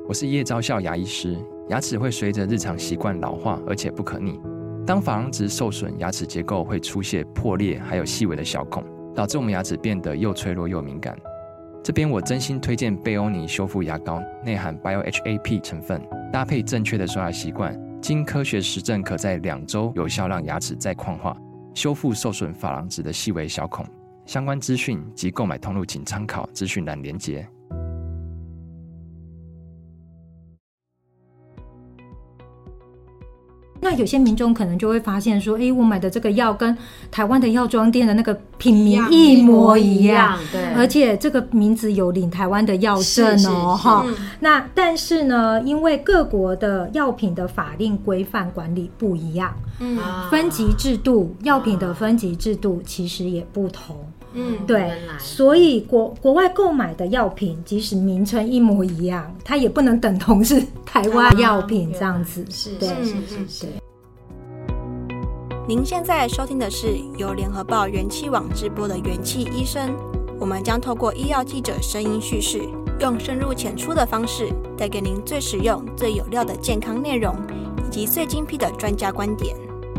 我是叶昭孝牙医师。牙齿会随着日常习惯老化，而且不可逆。当珐琅质受损，牙齿结构会出现破裂，还有细微的小孔，导致我们牙齿变得又脆弱又敏感。这边我真心推荐贝欧尼修复牙膏，内含 BioHAP 成分，搭配正确的刷牙习惯，经科学实证可在2周有效让牙齿再矿化，修复受损珐琅质的细微小孔。相关资讯及购买通路请参考资讯栏连结。 那有些民众可能就会发现说，我买的这个药跟台湾的药妆店的那个品名一模一样， 对， 而且这个名字有领台湾的药证哦，那但是呢，因为各国的药品的法令规范管理不一样，分级制度，药品的分级制度其实也不同。对，所以国外购买的药品，即使名称一模一样，它也不能等同是台湾药品这样子。 是。 您现在收听的是由联合报元气网直播的元气医生，我们将透过医药记者声音叙事，用深入浅出的方式，带给您最实用、最有料的健康内容，以及最精辟的专家观点。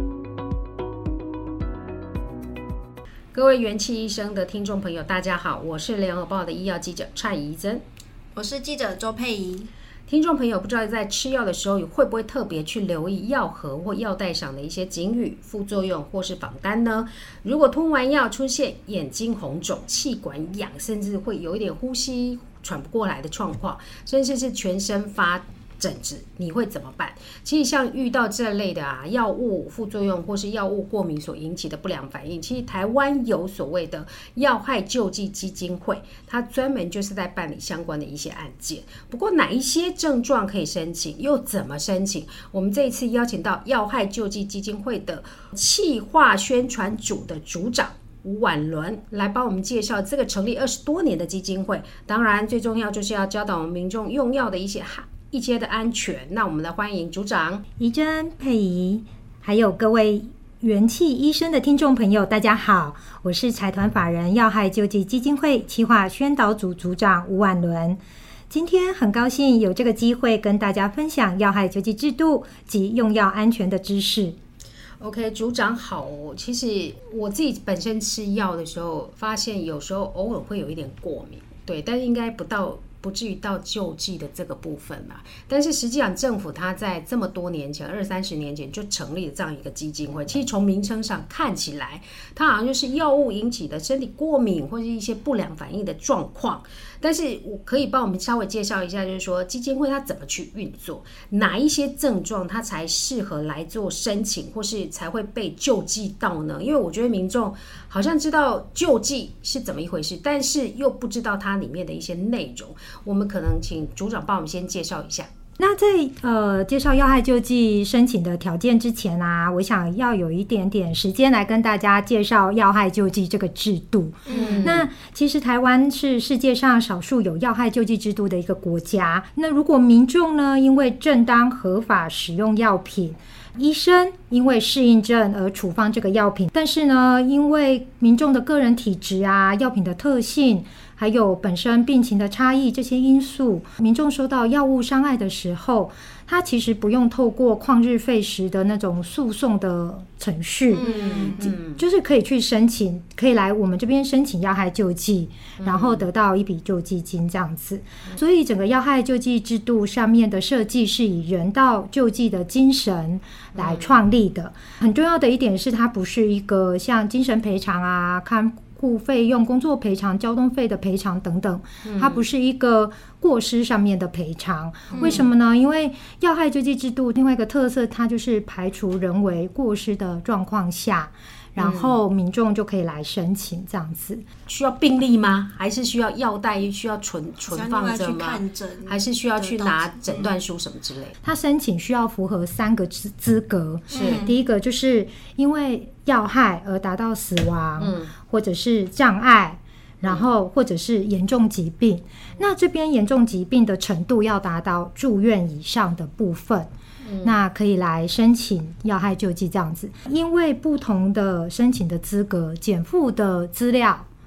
各位元气医生的听众朋友，大家好，我是联合报的医药记者蔡怡珍， 我是记者周佩仪。 听众朋友，不知道在吃药的时候会不会特别去留意药盒或药袋上的一些警语、副作用或是仿单呢？如果吞完药出现眼睛红肿、气管痒，甚至会有一点呼吸喘不过来的状况，甚至是全身发疹子，你会怎么办？其实像遇到这类的药物副作用或是药物过敏所引起的不良反应，其实台湾有所谓的药害救济基金会，它专门就是在办理相关的一些案件。不过哪一些症状可以申请，又怎么申请？我们这一次邀请到药害救济基金会的企划宣传组的组长吴婉伦来帮我们介绍这个成立20多年的基金会。当然最重要就是要教导我们民众用药的一些的安全。那我们来欢迎组长怡珍、佩仪，还有各位元气医生的听众朋友，大家好，我是财团法人药害救济基金会企划宣导组组长吴婉伦。今天很高兴有这个机会跟大家分享药害救济制度及用药安全的知识。 OK， 组长好哦。其实我自己本身吃药的时候，发现有时候偶尔会有一点过敏，对，但是应该不至于到救济的这个部分啦。但是实际上政府它在这么多年前20-30年前就成立了这样一个基金会，其实从名称上看起来它好像就是药物引起的身体过敏或是一些不良反应的状况。但是我可以帮我们稍微介绍一下，就是说基金会它怎么去运作，哪一些症状它才适合来做申请或是才会被救济到呢？因为我觉得民众好像知道救济是怎么一回事，但是又不知道它里面的一些内容。我们可能请组长帮我们先介绍一下。 那在介绍药害救济申请的条件之前我想要有一点点时间来跟大家介绍药害救济这个制度。那其实台湾是世界上少数有药害救济制度的一个国家。那如果民众呢，因为正当合法使用药品，医生因为适应症而处方这个药品，但是呢，因为民众的个人体质药品的特性，还有本身病情的差异这些因素，民众受到药物伤害的时候，他其实不用透过旷日费时的那种诉讼的程序，就是可以去申请，可以来我们这边申请药害救济，然后得到一笔救济金这样子。所以整个药害救济制度上面的设计是以人道救济的精神来创立的。很重要的一点是，它不是一个像精神赔偿看护费用、工作赔偿、交通费的赔偿等等，它不是一个过失上面的赔偿。为什么呢？因为药害救济制度另外一个特色，它就是排除人为过失的状况下，然后民众就可以来申请这样子。 需要病历吗？还是需要药袋需要存放着吗？还是需要去拿诊断书什么之类的？ 他申请需要符合3个资格。第一个就是因为药害而达到死亡，或者是障碍，然后或者是严重疾病。那这边严重疾病的程度要达到住院以上的部分，那可以来申请药害救济这样子。因为不同的申请的资格，减负的资料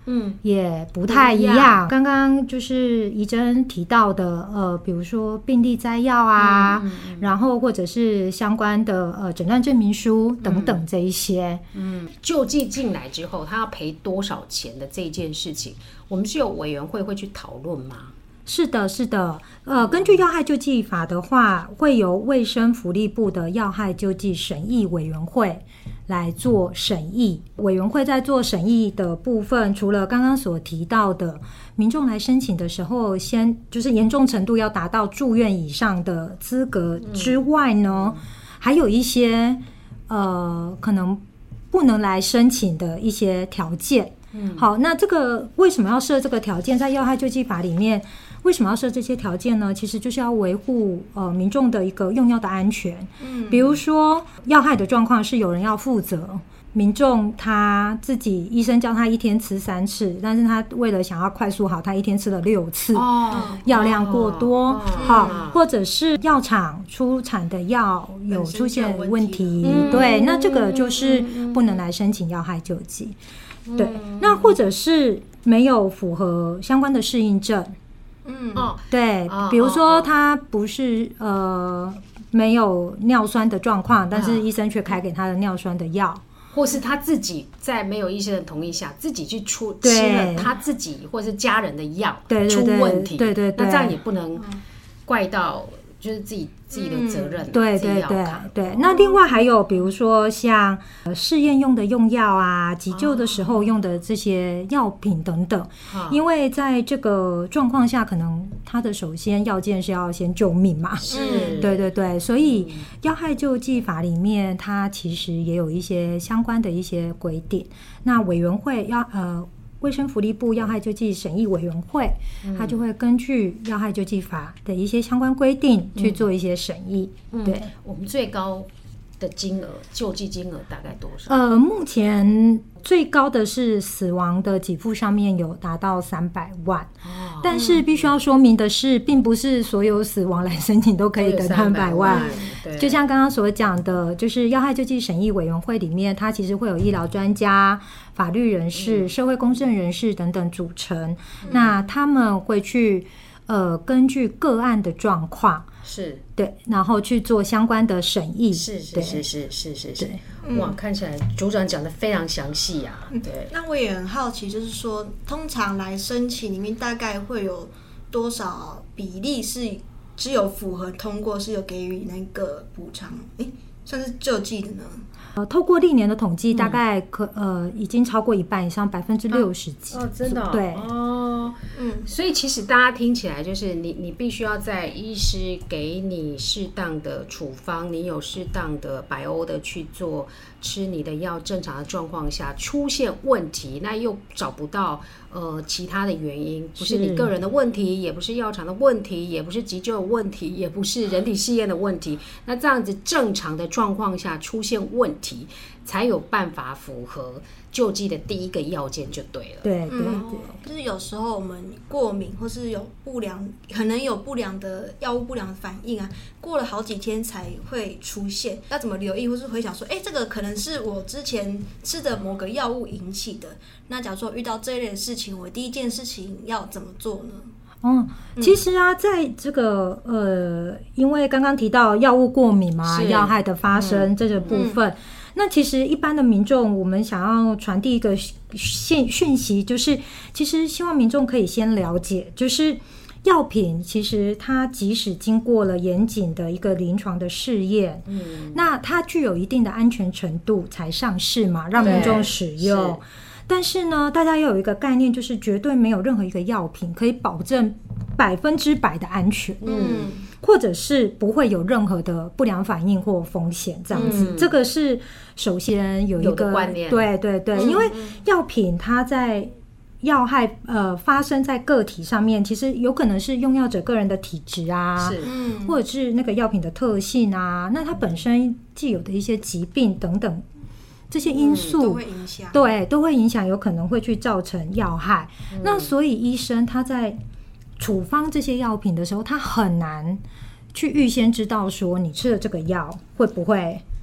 也不太一样。刚刚就是怡珍提到的，比如说病历摘要啊，然后或者是相关的诊断证明书等等这一些。 救济进来之后，他要赔多少钱的这一件事情，我们是有委员会去讨论吗？ 是的，是的，根据要害救济法的话，会由卫生福利部的要害救济审议委员会来做审议。委员会在做审议的部分，除了刚刚所提到的民众来申请的时候，先就是严重程度要达到住院以上的资格之外呢，还有一些可能不能来申请的一些条件。好，那这个为什么要设这个条件？在要害救济法里面，为什么要设这些条件呢？其实就是要维护民众的一个用药的安全。比如说要害的状况是有人要负责，民众他自己医生叫他一天吃3次，但是他为了想要快速好，他一天吃了6次，药量过多，好，或者是药厂出产的药有出现问题，对，那这个就是不能来申请要害救济。对，那或者是没有符合相关的适应症，对，比如说他不是没有尿酸的状况，但是医生却开给他的尿酸的药， 或是他自己在没有医生的同意下，自己去吃了他自己或是家人的药，出问题，对，那这样也不能怪到就是自己的责任， 对。那另外还有比如说像试验用的用药啊，急救的时候用的这些药品等等，因为在这个状况下，可能他的首先要件是要先救命嘛，对，所以要害救济法里面，它其实也有一些相关的一些规定。那委员会卫生福利部要害救济审议委员会，它就会根据要害救济法的一些相关规定去做一些审议。对， 我们最高的金额救济金额大概多少？ 目前最高的是死亡的给付上面有达到300万，但是必须要说明的是，并不是所有死亡来申请都可以得300万。就像刚刚所讲的，就是要害救济审议委员会里面，它其实会有医疗专家、法律人士、社会公正人士等等组成，那他们会去根据个案的状况，对，然后去做相关的审议。是。 哇，看起来组长讲的非常详细啊。对， 那我也很好奇，就是说，通常来申请里面大概会有多少比例是只有符合通过是有给予那个补偿，算是救济的呢？ 透过历年的统计，大概已经超过一半以上，60%几。 真的对所以其实大家听起来就是你必须要在医师给你适当的处方，你有适当的百欧的去做吃你的药，正常的状况下出现问题，那又找不到其他的原因，不是你个人的问题，也不是药厂的问题，也不是急救的问题，也不是人体试验的问题，那这样子正常的状况下出现问题，才有办法符合救济的第一个要件就对了。 对， 就是有时候我们过敏或是有可能有不良的药物不良的反应啊，过了好几天才会出现，要怎么留意，或是回想说，这个可能是我之前吃的某个药物引起的。那假如说遇到这一类的事情，我第一件事情要怎么做呢？ 其实啊，在这个因为刚刚提到药物过敏嘛，药害的发生这个部分，那其实一般的民众，我们想要传递一个讯息，就是其实希望民众可以先了解，就是药品其实它即使经过了严谨的一个临床的试验，那它具有一定的安全程度才上市嘛，让民众使用。但是呢，大家要有一个概念，就是绝对没有任何一个药品可以保证100%的安全，或者是不会有任何的不良反应或风险这样子。这个是首先有一个观念， 对，因为药品它在药害发生在个体上面，其实有可能是用药者个人的体质啊，或者是那个药品的特性啊，那它本身既有的一些疾病等等。这些因素都会影响， 对，都会影响，有可能会去造成药害。那所以医生他在处方这些药品的时候，他很难去预先知道说你吃的这个药会不会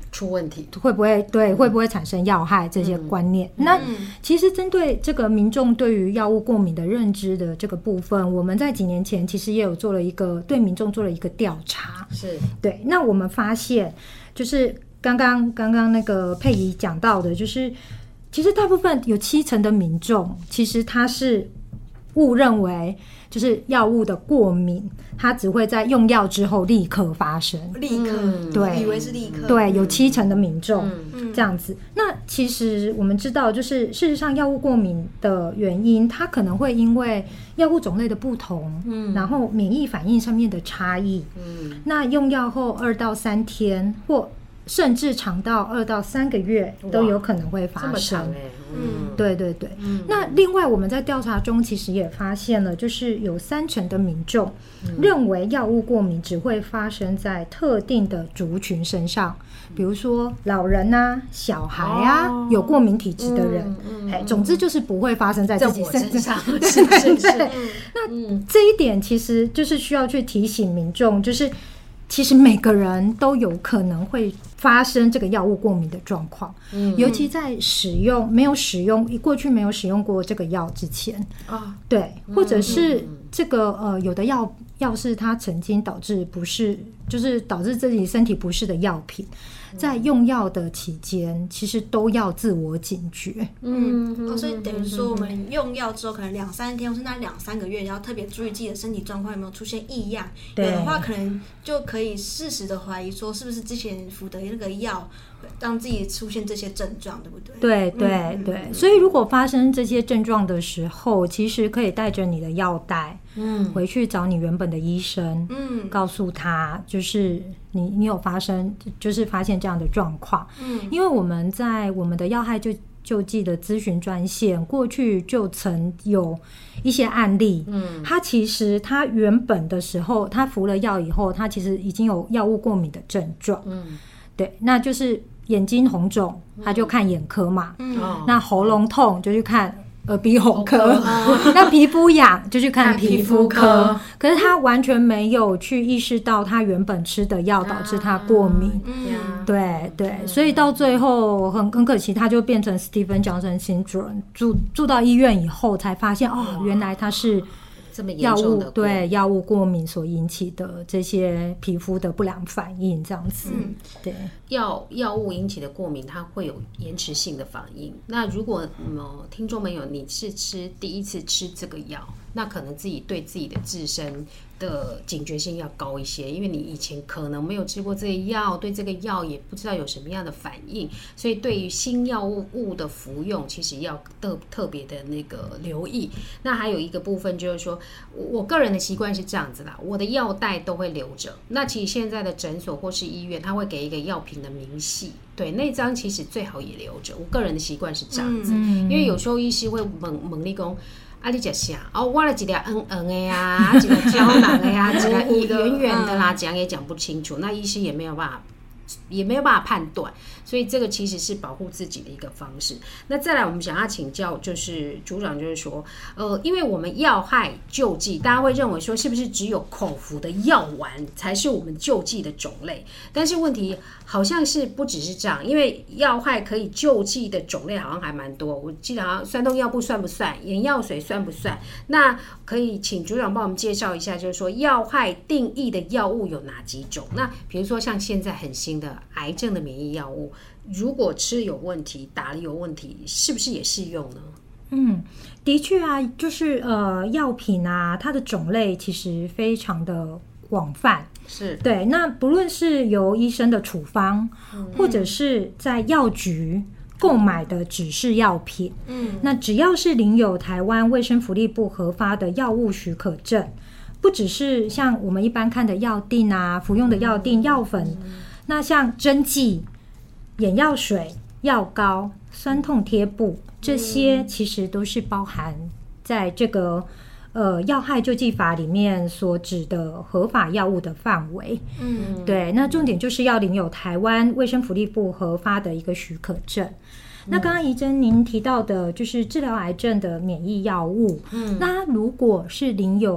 出问题， 会不会产生药害这些观念。那其实针对这个民众对于药物过敏的认知的这个部分，我们在几年前其实也有对民众做了一个调查。 是， 对，那我们发现就是刚刚那个佩仪讲到的，就是其实大部分有70%的民众其实他是误认为就是药物的过敏，它只会在用药之后立刻发生， 立刻， 对， 以为是立刻， 对，有70%的民众这样子。那其实我们知道，就是事实上药物过敏的原因，它可能会因为药物种类的不同，然后免疫反应上面的差异，那用药后2到3天或甚至长到2到3个月都有可能会发生。这么长对对对。那另外我们在调查中其实也发现了，就是有30%的民众认为药物过敏只会发生在特定的族群身上，比如说老人啊、小孩啊、有过敏体质的人，总之就是不会发生在自己身上。是。那这一点其实就是需要去提醒民众，就是其实每个人都有可能会发生这个药物过敏的状况，尤其在过去没有使用过这个药之前，对，或者是这个有的药是它曾经导致自己身体不适的药品，在用药的期间其实都要自我警觉。 所以等于说我们用药之后可能2-3天或是那2-3个月要特别注意自己的身体状况有没有出现异样，有的话可能就可以适时的怀疑说是不是之前服的那个药让自己出现这些症状，对不对？ 对。所以如果发生这些症状的时候，其实可以带着你的药袋回去找你原本的医生，告诉他就是你有发现这样的状况。因为我们在我们的药害救济的咨询专线过去就曾有一些案例，他原本的时候他服了药以后，他其实已经有药物过敏的症状，对，那就是眼睛红肿他就看眼科嘛，那喉咙痛就去看耳鼻喉科，那皮肤痒就去看皮肤科，可是他完全没有去意识到他原本吃的药导致他过敏，对，所以到最后很可惜，他就变成 Stevens Johnson syndrome， 住到医院以后才发现原来他是这么严重的药物过敏所引起的这些皮肤的不良反应，这样子。对， 药物引起的过敏，它会有延迟性的反应。那如果听众朋友你是第一次吃这个药，那可能自己对自己的自身的警觉性要高一些，因为你以前可能没有吃过这个药，对这个药也不知道有什么样的反应，所以对于新药物的服用，其实要特别的那个留意。那还有一个部分就是说，我个人的习惯是这样子啦，我的药袋都会留着。那其实现在的诊所或是医院，他会给一个药品的明细，对，那张其实最好也留着。我个人的习惯是这样子，因为有时候医师会问你说你吃啥？我了一粒黄黄的呀，一个胶囊的呀，一个圆圆的啦，讲也讲不清楚，那医师也没有办法判断，所以这个其实是保护自己的一个方式。那再来，我们想要请教就是组长，就是说，因为我们药害救济，大家会认为说是不是只有口服的药丸才是我们救济的种类？但是问题好像是不只是这样，因为药害可以救济的种类好像还蛮多。我记得好像酸痛药布算不算？眼药水算不算？那可以请组长帮我们介绍一下，就是说药害定义的药物有哪几种？那比如说像现在很新的癌症的免疫药物，如果吃有问题、打了有问题，是不是也适用呢？ 的确啊，就是药品啊，它的种类其实非常的广泛， 是对。那不论是由医生的处方，或者是在药局购买的指示药品，那只要是领有台湾卫生福利部核发的药物许可证，不只是像我们一般看的药锭啊、服用的药锭、药粉，那像针剂、眼药水、药膏、酸痛贴布，这些其实都是包含在这个药害救济法里面所指的合法药物的范围。对，那重点就是要领有台湾卫生福利部核发的一个许可证。那刚刚怡珍您提到的就是治疗癌症的免疫药物，那如果是领有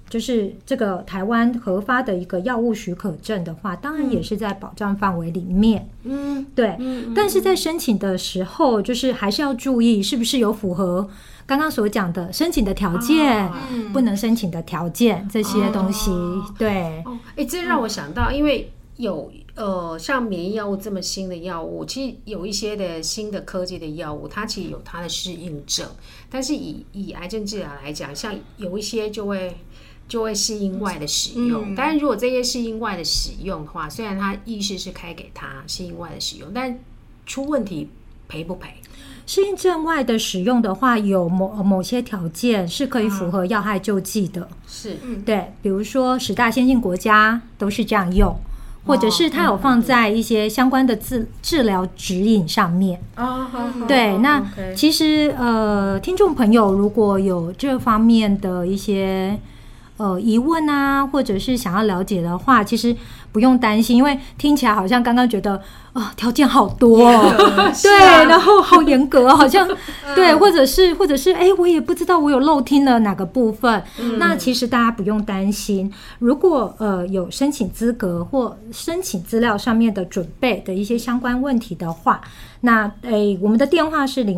就是这个台湾核发的一个药物许可证的话，当然也是在保障范围里面。对。但是在申请的时候，就是还是要注意是不是有符合刚刚所讲的申请的条件，不能申请的条件这些东西。对。 这让我想到，因为有像免疫药物这么新的药物，其实有一些的新的科技的药物，它其实有它的适应症，但是以癌症治疗来讲，像有一些就会适应外的使用，但是如果这些适应外的使用的话，虽然它意识是开给它适应外的使用，但出问题赔不赔？ 适应症外的使用的话，有某些条件是可以符合药害救济的。 是， 对，比如说10大先进国家都是这样用，或者是它有放在一些相关的治疗指引上面。对，那其实听众朋友如果有这方面的一些疑问啊，或者是想要了解的话，其实不用担心，因为听起来好像刚刚觉得条件好多对，然后好严格好像对，或者是我也不知道我有漏听了哪个部分。那其实大家不用担心，如果有申请资格或申请资料上面的准备的一些相关问题的话，那我们的电话是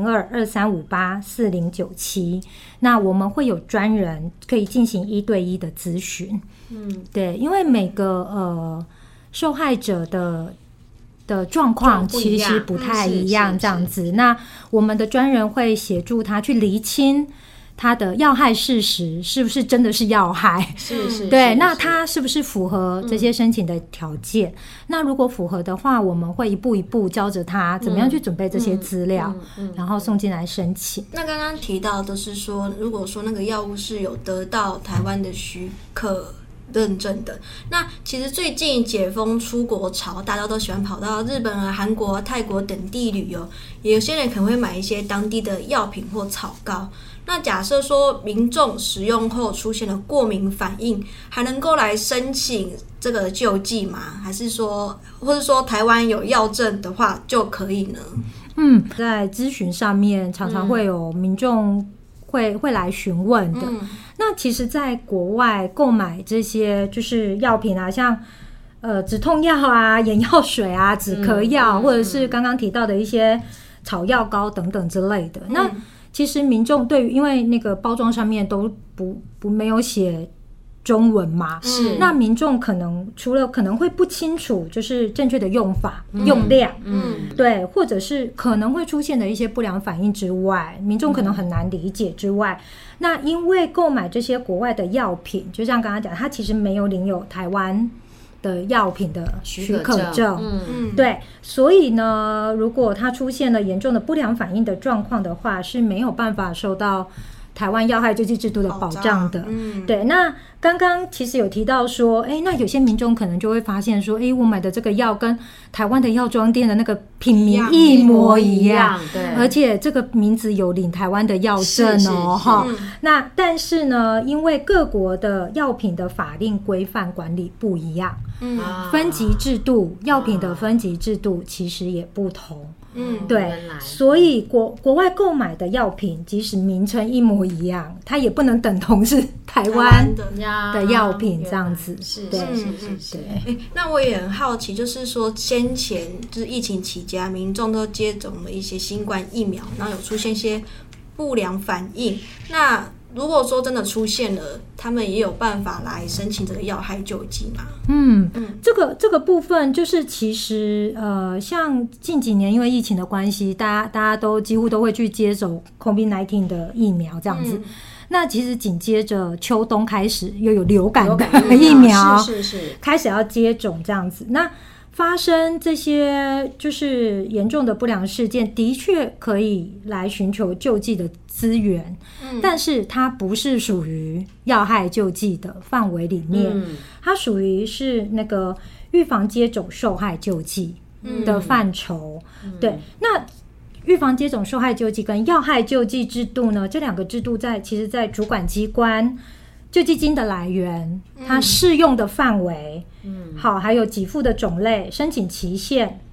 02-2358-4097，那我们会有专人可以进行1对1的咨询。对，因为每个受害者的状况其实不太一样，这样子。那我们的专人会协助他去厘清他的药害事实是不是真的是药害，对，那他是不是符合这些申请的条件。那如果符合的话，我们会一步一步教着他怎么样去准备这些资料，然后送进来申请。 那刚刚提到的是说，如果说那个药物是有得到台湾的许可认证的，那其实最近解封出国潮，大家都喜欢跑到日本啊、韩国、泰国等地旅游，也有些人可能会买一些当地的药品或草膏。那假设说民众使用后出现了过敏反应，还能够来申请这个救济吗？还是说，或者说台湾有药证的话就可以呢？ 在咨询上面常常会有民众会来询问的。那其实在国外购买这些就是药品啊，像止痛药啊、眼药水啊、止咳药，或者是刚刚提到的一些草药膏等等之类的。那其实民众对于，因为那个包装上面都没有写中文嘛，那民众可能除了可能会不清楚就是正确的用法、用量，对，或者是可能会出现的一些不良反应之外，民众可能很难理解之外，那因为购买这些国外的药品，就像刚刚讲，它其实没有领有台湾的药品的许可证，对，所以呢，如果它出现了严重的不良反应的状况的话，是没有办法受到台湾药害救济制度的保障的。对，那刚刚其实有提到说，那有些民众可能就会发现说，我买的这个药跟台湾的药妆店的那个品名一模一样，对，而且这个名字有领台湾的药证哦，那但是呢，因为各国的药品的法令规范管理不一样，分级制度，药品的分级制度其实也不同。对，所以国外购买的药品，即使名称一模一样，它也不能等同是台湾的药品这样子。对。 那我也很好奇，就是说先前就是疫情期间，民众都接种了一些新冠疫苗，然后有出现一些不良反应，那如果说真的出现了，他们也有办法来申请这个药害救济吗？ 这个部分就是其实像近几年因为疫情的关系，大家都几乎都会去接种 COVID-19 的疫苗这样子。那其实紧接着秋冬开始又有流感的疫苗，是开始要接种这样子。那发生这些就是严重的不良事件，的确可以来寻求救济的资源，但是它不是属于药害救济的范围里面，它属于是那个预防接种受害救济的范畴。对，那预防接种受害救济跟药害救济制度呢，这两个制度其实在主管机关、救济金的来源、它适用的范围，好，还有给付的种类、申请期限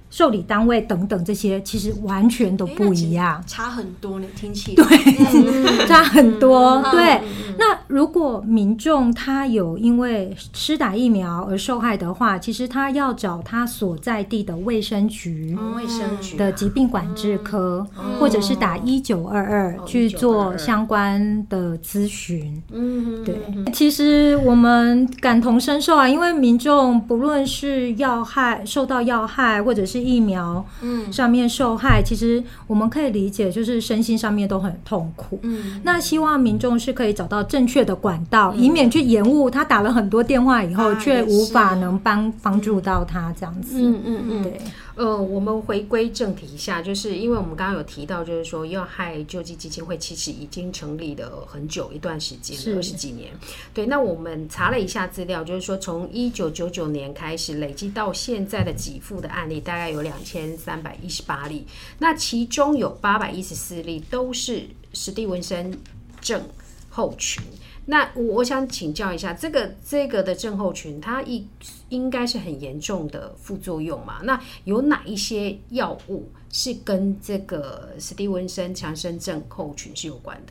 受理单位等等这些，其实完全都不一样， 差很多呢，听起来对，差很多。对，那如果民众他有因为施打疫苗而受害的话，其实他要找他所在地的卫生局的疾病管制科，或者是打1922去做相关的咨询。对，其实我们感同身受啊，因为民众不论是受到药害，或者是疫苗上面受害，其实我们可以理解，就是身心上面都很痛苦。那希望民众是可以找到正确的管道，以免去延误他打了很多电话以后，却无法能帮助到他这样子。对。 我们回归正题一下，就是因为我们刚刚有提到，就是说要害救济基金会其实已经成立了很久一段时间，20几年。对，那我们查了一下资料，就是说从1999年开始累积到现在的给付的案例大概有2318例，那其中有814例都是史蒂文森症候群。那我想请教一下，这个的症候群，它应该是很严重的副作用嘛？那有哪一些药物是跟这个史蒂文森强生症候群是有关的？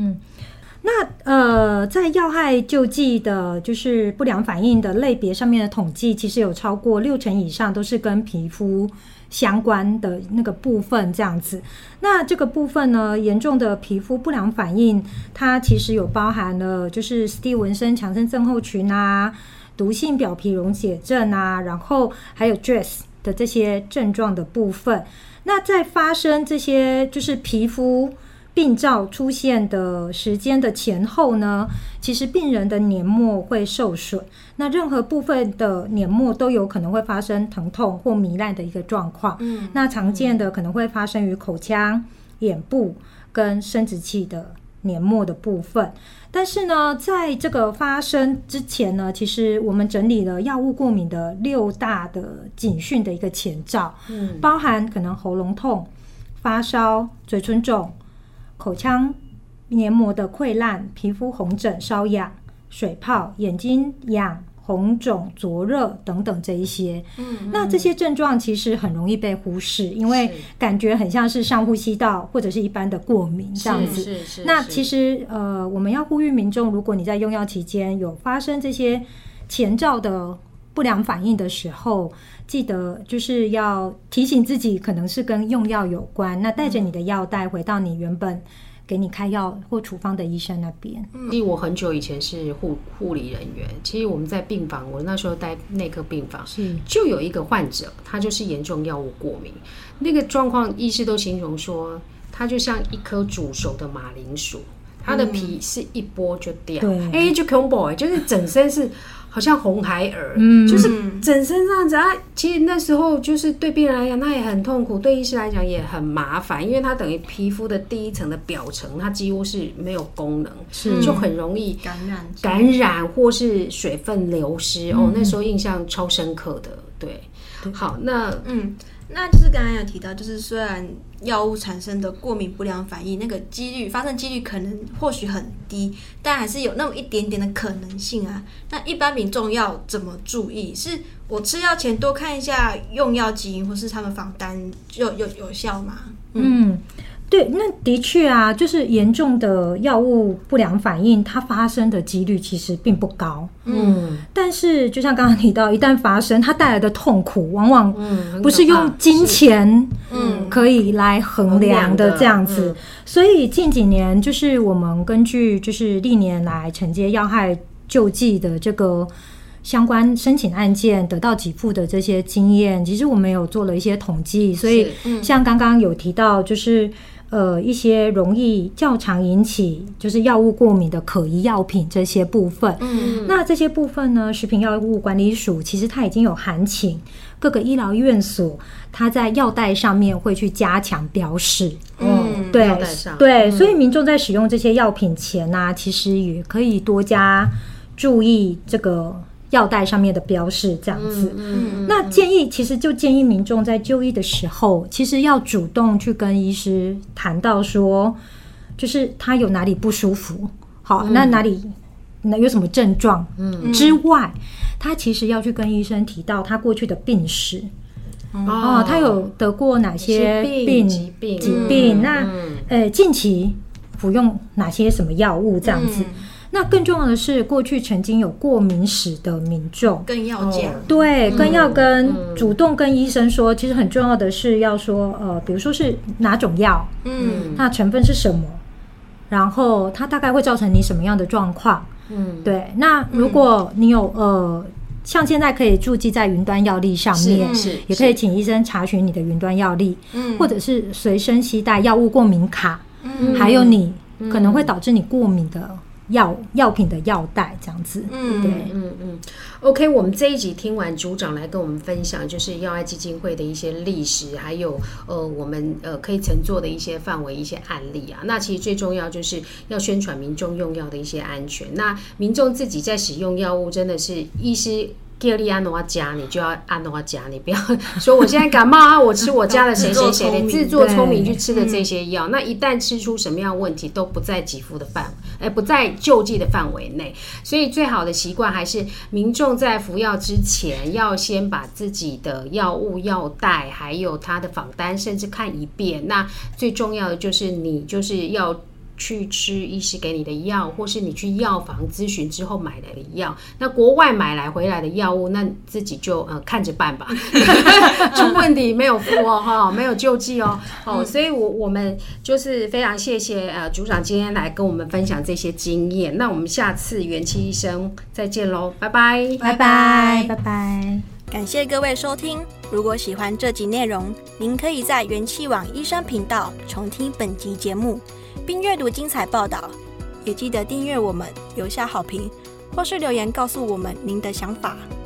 那在药害救济的就是不良反应的类别上面的统计，其实有超过60%以上都是跟皮肤相关的那个部分这样子。那这个部分呢，严重的皮肤不良反应，它其实有包含了就是史蒂文森强生症候群啊、毒性表皮溶解症啊，然后还有 DRESS 的这些症状的部分。那在发生这些就是皮肤病灶出现的时间的前后呢，其实病人的黏膜会受损，那任何部分的黏膜都有可能会发生疼痛或糜烂的一个状况。那常见的可能会发生于口腔、眼部跟生殖器的黏膜的部分。但是呢，在这个发生之前呢，其实我们整理了药物过敏的6大的警讯的一个前兆，包含可能喉咙痛、发烧、嘴唇肿、口腔黏膜的溃烂、皮肤红疹、瘙痒、水泡、眼睛痒、红肿、灼热等等这一些。那这些症状其实很容易被忽视，因为感觉很像是上呼吸道或者是一般的过敏这样子。那其实我们要呼吁民众，如果你在用药期间有发生这些前兆的不良反应的时候，记得就是要提醒自己可能是跟用药有关，那带着你的药袋回到你原本给你开药或处方的医生那边。 因为我很久以前是护理人员，其实我们在病房，我那时候待内科病房，就有一个患者，他就是严重药物过敏，那个状况医师都形容说，他就像一颗煮熟的马铃薯，他的皮是一剥就掉，就恐怖，就是整身是好像红孩儿，就是整身这样子啊。其实那时候就是对病人来讲，他也很痛苦；对医师来讲也很麻烦，因为他等于皮肤的第一层的表层，它几乎是没有功能，就很容易感染或是水分流失。那时候印象超深刻的。对，好，那就是刚才有提到，就是虽然药物产生的过敏不良反应那个发生几率可能或许很低，但还是有那么一点点的可能性啊。那一般民众要怎么注意？是我吃药前多看一下用药基因或是他们访单有效吗？ 对，那的确啊，就是严重的药物不良反应，它发生的几率其实并不高。但是就像刚刚提到，一旦发生，它带来的痛苦，往往不是用金钱可以来衡量的这样子。所以近几年，就是我们根据就是历年来承接药害救济的这个相关申请案件得到给付的这些经验，其实我们有做了一些统计。所以像刚刚有提到，就是一些容易较常引起就是药物过敏的可疑药品这些部分，那这些部分呢，食品药物管理署其实它已经有函请各个医疗院所，它在药袋上面会去加强标示。对，所以民众在使用这些药品前啊，其实也可以多加注意这个药袋上面的标示这样子。那其实就建议民众在就医的时候，其实要主动去跟医师谈到说，就是他有哪里不舒服，好，那哪里有什么症状之外，他其实要去跟医生提到他过去的病史。 他有得过哪些疾病？那近期服用哪些什么药物这样子？那更重要的是，过去曾经有过敏史的民众， 跟药讲， 对，跟要跟主动跟医生说，其实很重要的是要说，比如说是哪种药，它成分是什么，然后它大概会造成你什么样的状况，对。那如果你有像现在可以注记在云端药历上面，也可以请医生查询你的云端药历，或者是随身携带药物过敏卡，还有你可能会导致你过敏的药品的药袋这样子，对 ，OK， 我们这一集听完组长来跟我们分享，就是药爱基金会的一些历史，还有我们可以乘坐的一些范围、一些案例啊。那其实最重要就是要宣传民众用药的一些安全。那民众自己在使用药物，真的是医师叫你按怎么加，你就要按怎么加，你不要说我现在感冒啊，我吃我家的谁谁谁的，自作聪明去吃的这些药，那一旦吃出什么样的问题，都不在给付的范围，不在救济的范围内。所以最好的习惯还是民众在服药之前，要先把自己的药物、药袋，还有他的访单，甚至看一遍。那最重要的就是你就是要去吃医师给你的药，或是你去药房咨询之后买来的药。那国外买来回来的药物，那自己就看着办吧。出问题没有付哦，没有救济哦。所以我们就是非常谢谢组长今天来跟我们分享这些经验。那我们下次元气医生再见喽，拜拜， 拜拜，拜拜。 感谢各位收听。如果喜欢这集内容，您可以在元气网医生频道重听本集节目，并阅读精彩报道，也记得订阅我们，留下好评，或是留言告诉我们您的想法。